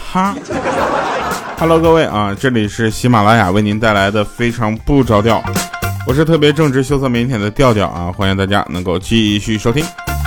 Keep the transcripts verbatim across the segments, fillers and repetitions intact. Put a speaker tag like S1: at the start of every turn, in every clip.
S1: 哈，Hello 各位啊，这里是喜马拉雅为您带来的非常不着调，我是特别正直羞涩腼腆的调调啊，欢迎大家能够继续收听。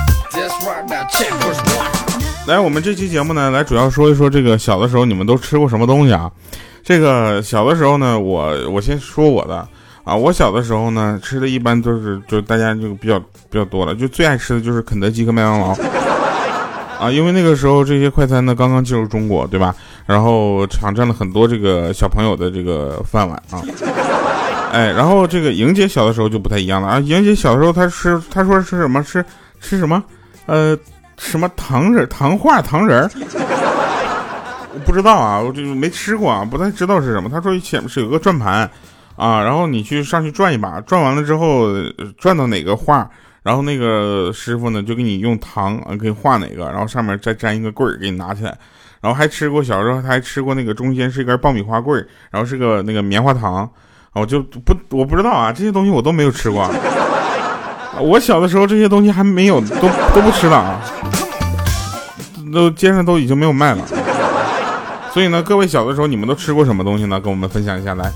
S1: 来，我们这期节目呢，来主要说一说这个小的时候你们都吃过什么东西啊？这个小的时候呢，我我先说我的啊，我小的时候呢，吃的一般都是就大家就比较比较多了，就最爱吃的就是肯德基和麦当劳啊，因为那个时候这些快餐呢刚刚进入中国，对吧？然后抢占了很多这个小朋友的这个饭碗啊。哎，然后这个莹姐小的时候就不太一样了啊，莹姐小的时候她吃，她说吃什么？吃吃什么？呃，什么糖人、糖化糖人？我不知道啊，我这没吃过啊，不太知道是什么。她说前面是有个转盘啊，然后你去上去转一把，转完了之后转到哪个画，然后那个师傅呢就给你用糖啊给你画哪个，然后上面再粘一个棍儿给你拿起来。然后还吃过小时候他还吃过那个中间是一根爆米花棍儿，然后是个那个棉花糖。我就不我不知道啊，这些东西我都没有吃过。我小的时候这些东西还没有都都不吃了啊，都街上都已经没有卖了。所以呢，各位小的时候你们都吃过什么东西呢？跟我们分享一下来。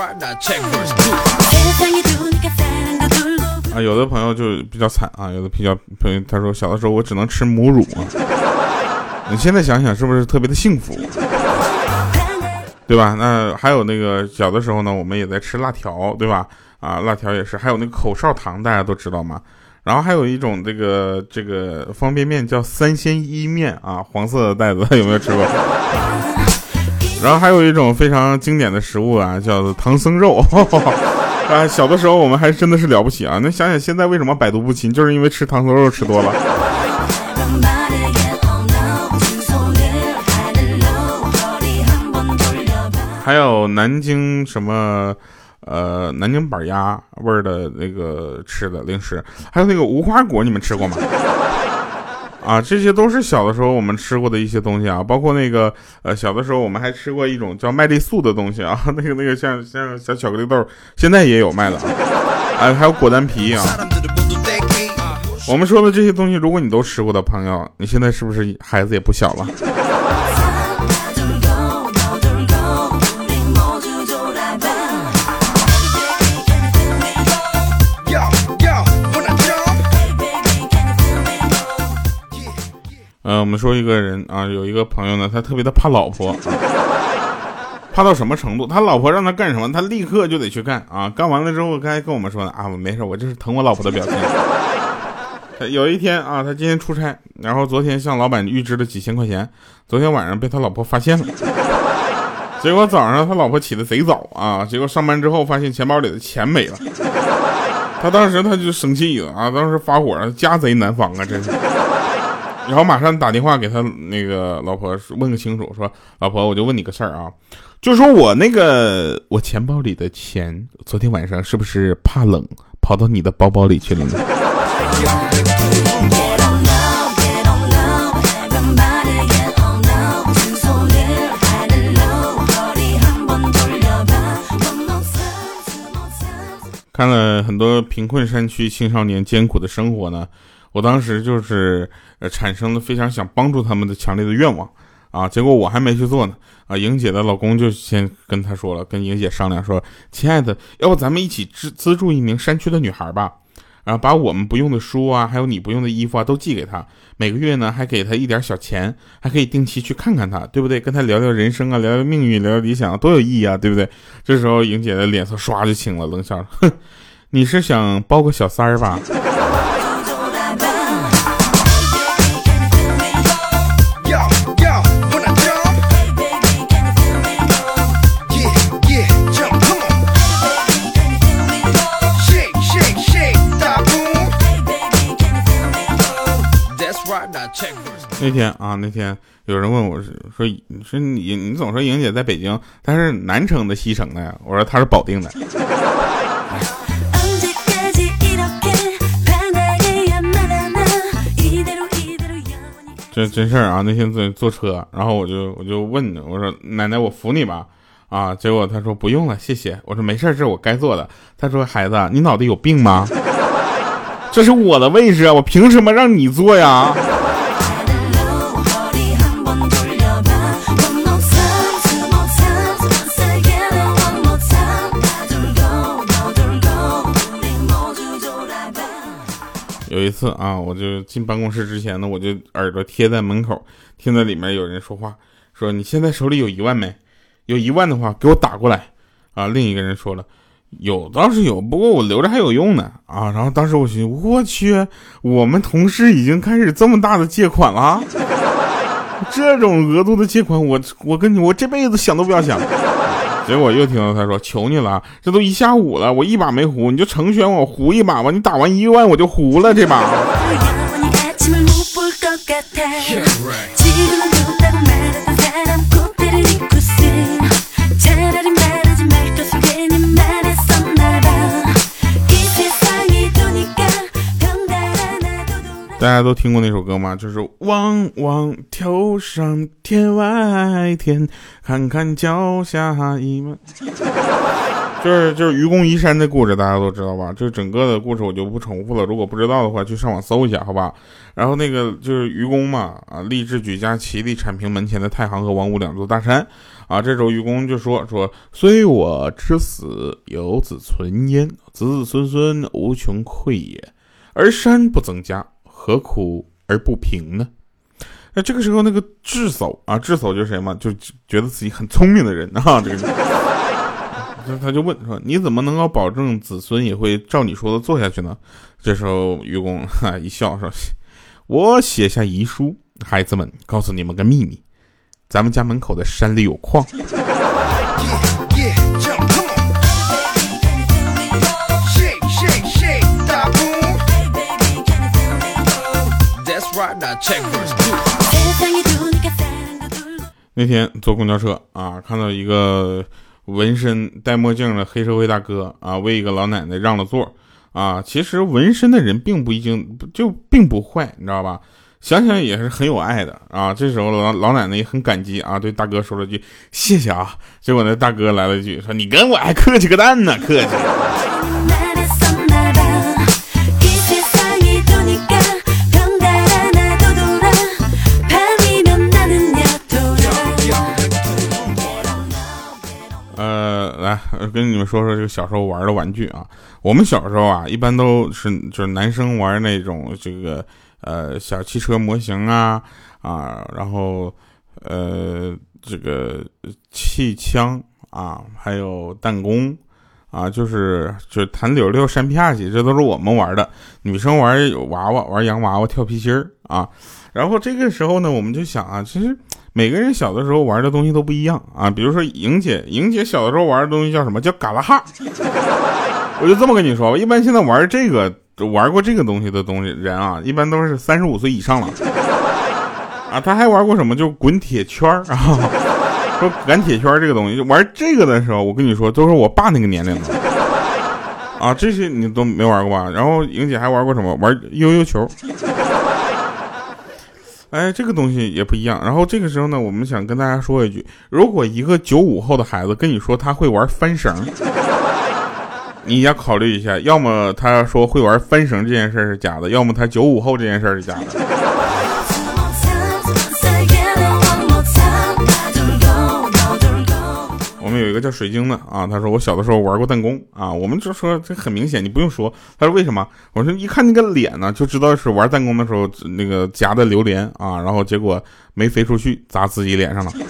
S1: 啊，有的朋友就比较惨啊，有的比较朋友他说小的时候我只能吃母乳啊。你现在想想是不是特别的幸福？对吧？那还有那个小的时候呢，我们也在吃辣条，对吧？啊，辣条也是，还有那个口哨糖，大家都知道吗？然后还有一种这个这个方便面叫三鲜伊面啊，黄色的袋子，有没有吃过？然后还有一种非常经典的食物啊，叫做唐僧肉。啊，小的时候我们还真的是了不起啊！那想想现在为什么百毒不侵，就是因为吃唐僧肉吃多了。还有南京什么呃南京板鸭味儿的那个吃的零食，还有那个无花果，你们吃过吗？啊，这些都是小的时候我们吃过的一些东西啊，包括那个呃小的时候我们还吃过一种叫麦丽素的东西啊，那个那个像像小巧克力豆，现在也有卖的啊，啊还有果丹皮啊。我们说的这些东西，如果你都吃过的朋友，你现在是不是孩子也不小了？呃，我们说一个人啊，有一个朋友呢，他特别的怕老婆，怕到什么程度？他老婆让他干什么，他立刻就得去干啊！干完了之后，该跟我们说呢啊，我没事，我这是疼我老婆的表现。有一天啊，他今天出差，然后昨天向老板预支了几千块钱，昨天晚上被他老婆发现了，结果早上他老婆起得贼早啊，结果上班之后发现钱包里的钱没了，他当时他就生气了啊，当时发火了，家贼难防啊，真是。然后马上打电话给他那个老婆问个清楚，说老婆，我就问你个事儿啊，就说我那个我钱包里的钱昨天晚上是不是怕冷跑到你的包包里去了呢？看了很多贫困山区青少年艰苦的生活呢，我当时就是呃产生了非常想帮助他们的强烈的愿望啊，结果我还没去做呢啊，莹姐的老公就先跟她说了，跟莹姐商量说，亲爱的，要不咱们一起资资助一名山区的女孩吧，然后把我们不用的书啊，还有你不用的衣服啊都寄给她，每个月呢还给她一点小钱，还可以定期去看看她，对不对？跟她聊聊人生啊，聊聊命运，聊聊理想，多有意义啊，对不对？这时候莹姐的脸色唰就青了，冷笑了，哼，你是想包个小三儿吧？那天啊，那天有人问我说说说你你总说莹姐在北京，她是南城的西城的呀？我说她是保定的。这真事儿啊！那天坐坐车，然后我就我就问我说奶奶我扶你吧啊，结果她说不用了谢谢。我说没事，这是我该做的。她说孩子你脑袋有病吗？这是我的位置啊，我凭什么让你坐呀？ 有一次啊，我就进办公室之前呢，我就耳朵贴在门口，听到里面有人说话，说你现在手里有一万没？有一万的话给我打过来啊。另一个人说了，有倒是有，不过我留着还有用呢啊。然后当时我寻思，我去，我们同事已经开始这么大的借款了啊，这种额度的借款，我我跟你我这辈子想都不要想。结果又听到他说，求你了，这都一下午了，我一把没胡，你就成全我胡一把吧，你打完一万我就胡了这把。大家都听过那首歌吗？就是望望头上天外天，看看脚下一门。就是就是愚公移山的故事，大家都知道吧？就是整个的故事我就不重复了，如果不知道的话去上网搜一下好吧。然后那个就是愚公嘛，啊，立志举家齐力铲平门前的太行和王屋两座大山啊。这时候愚公就说说虽我之死有子存焉，子子孙孙无穷匮也，而山不增加，何苦而不平呢？那这个时候那个智叟啊，智叟就是谁嘛，就觉得自己很聪明的人啊，这个他就问说，你怎么能够保证子孙也会照你说的做下去呢？这时候愚公哈一笑说，我写下遗书，孩子们，告诉你们个秘密，咱们家门口的山里有矿。那天坐公交车啊，看到一个纹身戴墨镜的黑社会大哥啊，为一个老奶奶让了座啊。其实纹身的人并不一定就并不坏，你知道吧？想想也是很有爱的啊。这时候老老奶奶也很感激啊，对大哥说了句谢谢啊。结果那大哥来了一句说，你跟我还客气个蛋呢，客气。呃，来跟你们说说这个小时候玩的玩具啊。我们小时候啊，一般都是就是男生玩那种这个呃小汽车模型啊啊，然后呃这个气枪啊，还有弹弓啊，就是就是弹溜溜、扇啪叽，这都是我们玩的。女生玩娃娃、玩洋娃娃、跳皮筋儿啊。然后这个时候呢，我们就想啊，其实每个人小的时候玩的东西都不一样啊。比如说莹姐，莹姐小的时候玩的东西叫什么？叫嘎啦哈。我就这么跟你说，一般现在玩这个玩过这个东西的东西人啊，一般都是三十五岁以上了啊。他还玩过什么？就滚铁圈啊，说赶铁圈这个东西，玩这个的时候，我跟你说，都是我爸那个年龄的啊。这些你都没玩过吧？然后莹姐还玩过什么？玩悠悠球。哎，这个东西也不一样。然后这个时候呢，我们想跟大家说一句，如果一个九五后的孩子跟你说他会玩翻绳，你要考虑一下，要么他说会玩翻绳这件事是假的，要么他九五后这件事是假的。我们有一个叫水晶的啊，他说我小的时候玩过弹弓啊，我们就说这很明显，你不用说。他说为什么？我说一看那个脸呢，就知道是玩弹弓的时候那个夹的榴莲啊，然后结果没飞出去，砸自己脸上了。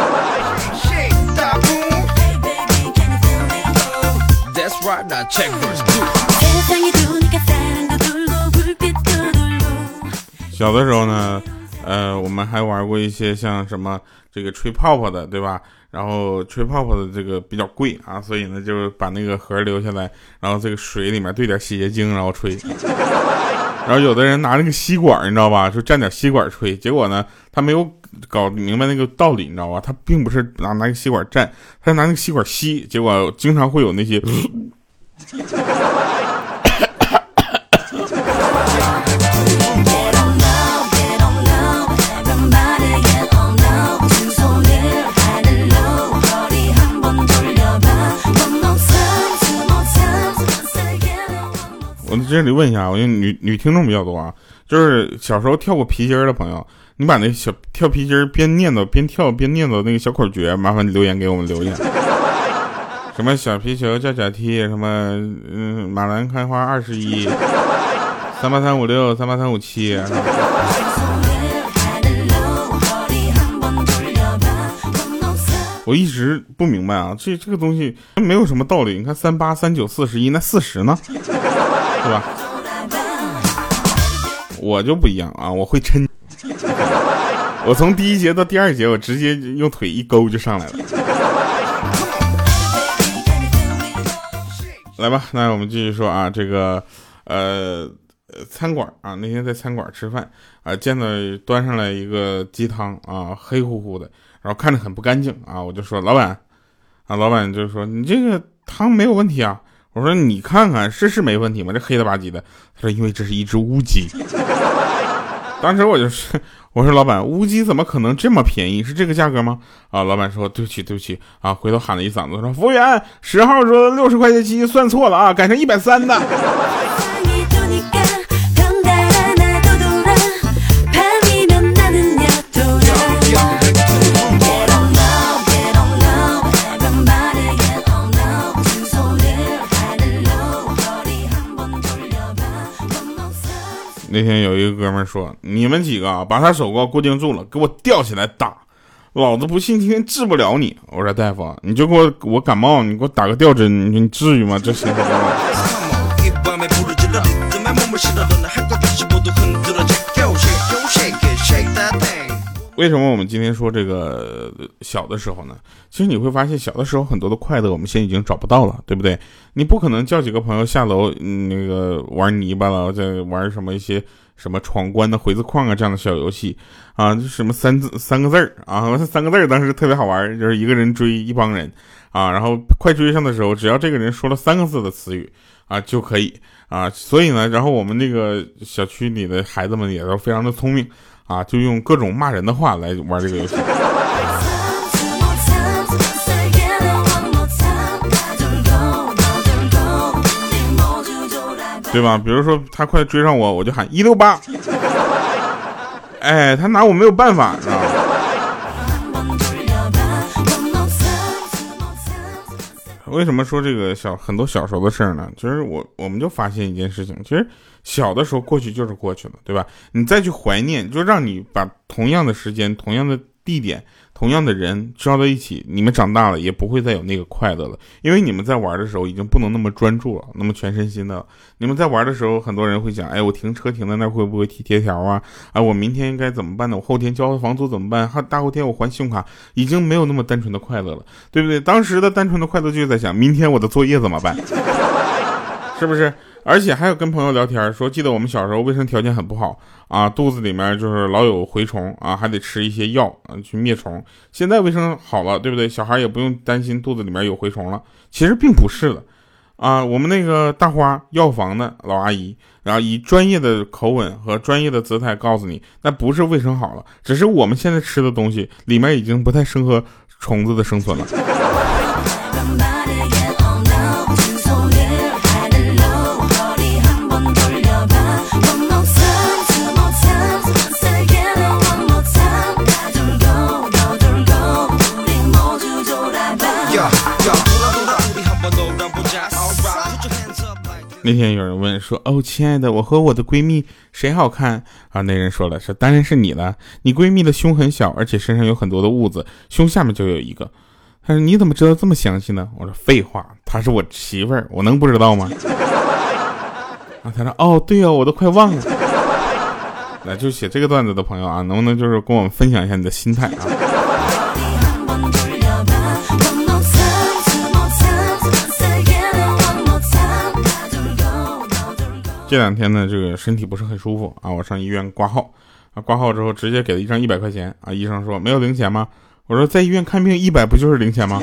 S1: 小的时候呢，呃，我们还玩过一些像什么这个吹泡泡的，对吧？然后吹泡泡的这个比较贵啊，所以呢就把那个盒留下来，然后这个水里面兑点洗洁精，然后吹。然后有的人拿那个吸管，你知道吧，就蘸点吸管吹，结果呢他没有搞明白那个道理，你知道吧？他并不是拿拿个吸管蘸，他拿那个吸管吸，结果经常会有那些我在这里问一下，我因为女女听众比较多啊，就是小时候跳过皮筋的朋友，你把那小跳皮筋边念叨边跳边念叨那个小口诀，麻烦留言给我们留言。什么小皮球叫脚踢，什么嗯马兰开花二十一， 三八三五六三八三五七。我一直不明白啊，这这个东西没有什么道理。你看三八三九四十一，那四十呢，对吧？我就不一样啊，我会抻。我从第一节到第二节，我直接用腿一勾就上来了。来吧，那我们继续说啊，这个呃餐馆啊，那天在餐馆吃饭啊，见到端上来一个鸡汤啊，黑乎乎的。然后看着很不干净啊，我就说老板啊，老板就说你这个汤没有问题啊。我说你看看是是没问题吗？这黑了吧唧的。他说因为这是一只乌鸡。当时我就是我说老板，乌鸡怎么可能这么便宜？是这个价格吗？啊，老板说对不起对不起啊，回头喊了一嗓子说服务员，十号说六十块钱鸡算错了啊，改成一百三的。那天有一个哥们说，你们几个啊，把他手给我固定住了，给我吊起来打，老子不信今天治不了你。我说大夫，你就给我我感冒，你给我打个吊针，你至于吗？这行不行？为什么我们今天说这个小的时候呢？其实你会发现小的时候很多的快乐我们现在已经找不到了，对不对？你不可能叫几个朋友下楼、嗯、那个玩泥巴了，再玩什么一些什么闯关的回字框啊这样的小游戏啊，就什么三字三个字儿啊，三个字儿当时特别好玩，就是一个人追一帮人啊，然后快追上的时候，只要这个人说了三个字的词语啊就可以啊，所以呢，然后我们那个小区里的孩子们也都非常的聪明啊，就用各种骂人的话来玩这个游戏。对吧？比如说他快追上我，我就喊一六八，哎，他拿我没有办法，是吧？为什么说这个小很多小时候的事儿呢？其实我我们就发现一件事情，其实小的时候过去就是过去了，对吧？你再去怀念，就让你把同样的时间、同样的地点、同样的人招到一起，你们长大了也不会再有那个快乐了，因为你们在玩的时候已经不能那么专注了，那么全身心的了。你们在玩的时候，很多人会讲，哎，我停车停在那儿会不会贴贴条啊？啊，我明天应该怎么办呢？我后天交房租怎么办？还大后天我还信用卡，已经没有那么单纯的快乐了，对不对？当时的单纯的快乐就是在想，明天我的作业怎么办？是不是？而且还有跟朋友聊天说，记得我们小时候卫生条件很不好啊，肚子里面就是老有蛔虫啊，还得吃一些药啊去灭虫。现在卫生好了，对不对？小孩也不用担心肚子里面有蛔虫了。其实并不是的啊，我们那个大花药房的老阿姨，然后以专业的口吻和专业的姿态告诉你，那不是卫生好了，只是我们现在吃的东西里面已经不太适合虫子的生存了。那天有人问说，哦，亲爱的，我和我的闺蜜谁好看啊？那人说了，是当然是你了，你闺蜜的胸很小，而且身上有很多的痦子，胸下面就有一个。他说你怎么知道这么详细呢？我说废话，她是我媳妇儿，我能不知道吗？啊，他说哦对哦，我都快忘了。那就写这个段子的朋友啊，能不能就是跟我们分享一下你的心态啊？这两天呢，这个身体不是很舒服啊，我上医院挂号啊，挂号之后直接给了一张一百块钱啊，医生说没有零钱吗？我说在医院看病一百不就是零钱吗？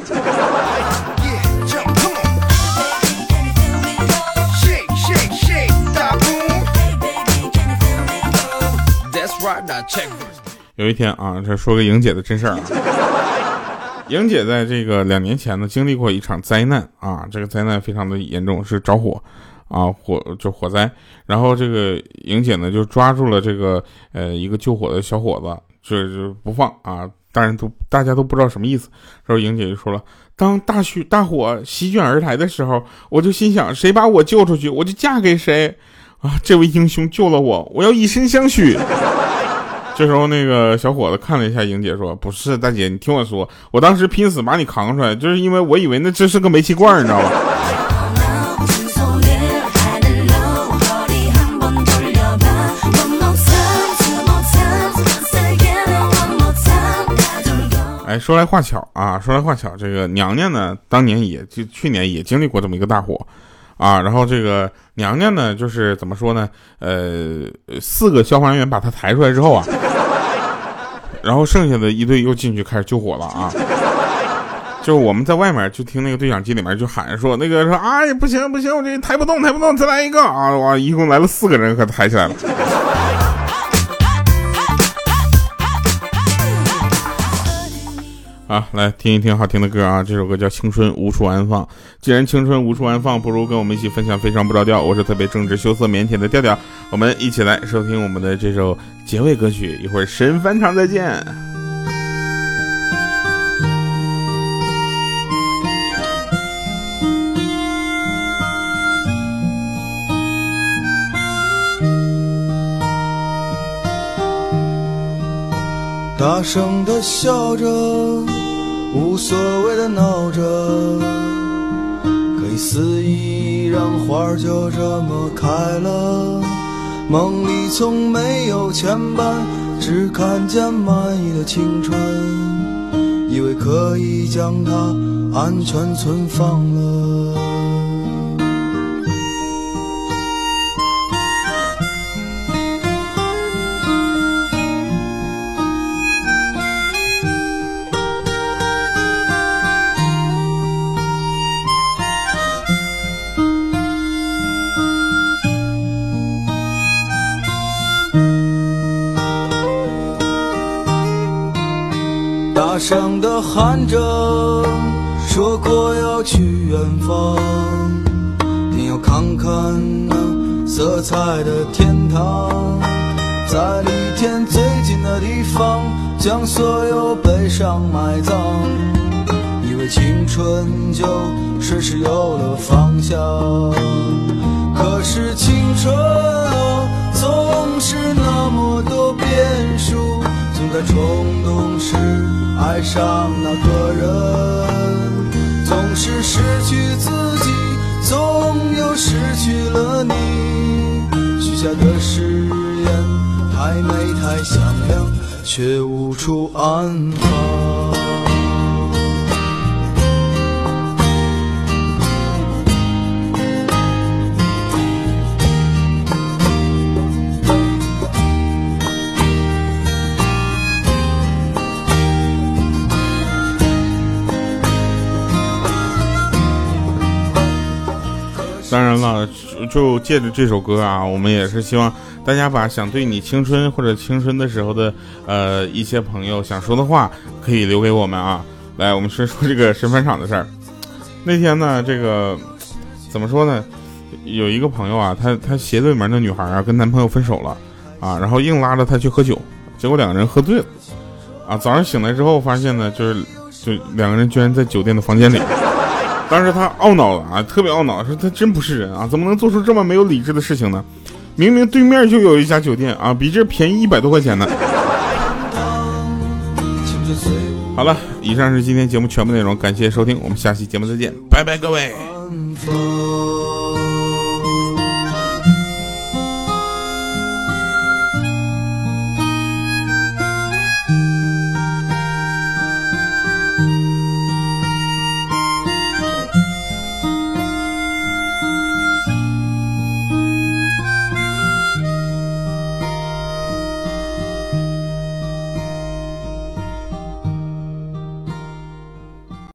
S1: 有一天啊，这说个莹姐的真事儿啊。莹姐在这个两年前呢，经历过一场灾难啊，这个灾难非常的严重，是着火。啊，火就火灾，然后这个莹姐呢就抓住了这个呃一个救火的小伙子，就就不放啊，当然都大家都不知道什么意思。然后莹姐就说了，当大雪大火席卷而来的时候，我就心想，谁把我救出去，我就嫁给谁。 啊，这位英雄救了我，我要以身相许。这时候那个小伙子看了一下莹姐说，不是大姐，你听我说，我当时拼死把你扛出来，就是因为我以为那这是个煤气罐，你知道吧。哎，说来话巧啊，说来话巧，这个娘娘呢，当年也就去年也经历过这么一个大火，啊，然后这个娘娘呢，就是怎么说呢，呃，四个消防员把她抬出来之后啊，然后剩下的一队又进去开始救火了啊，就是我们在外面就听那个对讲机里面就喊说，那个说，哎，不行不行，我这抬不动抬不动，再来一个啊，哇，一共来了四个人，可抬起来了。啊，来听一听好听的歌啊！这首歌叫《青春无处安放》。既然青春无处安放，不如跟我们一起分享非常不着调。我是特别正直、羞涩、腼腆的调调，我们一起来收听我们的这首结尾歌曲。一会儿神返场再见。
S2: 大声地笑着，无所谓的闹着，可以肆意让花儿就这么开了。梦里从没有牵绊，只看见满意的青春，以为可以将它安全存放了。大声地喊着，说过要去远方，定要看看那色彩的天堂，在离天最近的地方，将所有悲伤埋葬，以为青春就顺势有了方向。可是青春啊，总是那么多变数，总在冲动时爱上那个人，总是失去自己，总又失去了你。许下的誓言太美太响亮，却无处安放。
S1: 当然了，就借着这首歌啊，我们也是希望大家把想对你青春或者青春的时候的呃一些朋友想说的话可以留给我们啊。来，我们先说这个神返场的事儿。那天呢，这个怎么说呢，有一个朋友啊，他他斜对门的女孩啊跟男朋友分手了啊，然后硬拉着他去喝酒，结果两个人喝醉了啊。早上醒来之后发现呢，就是就两个人居然在酒店的房间里。当时他懊恼了啊，特别懊恼，说他真不是人啊，怎么能做出这么没有理智的事情呢？明明对面就有一家酒店啊，比这便宜一百多块钱呢。好了，以上是今天节目全部内容，感谢收听，我们下期节目再见，拜拜各位。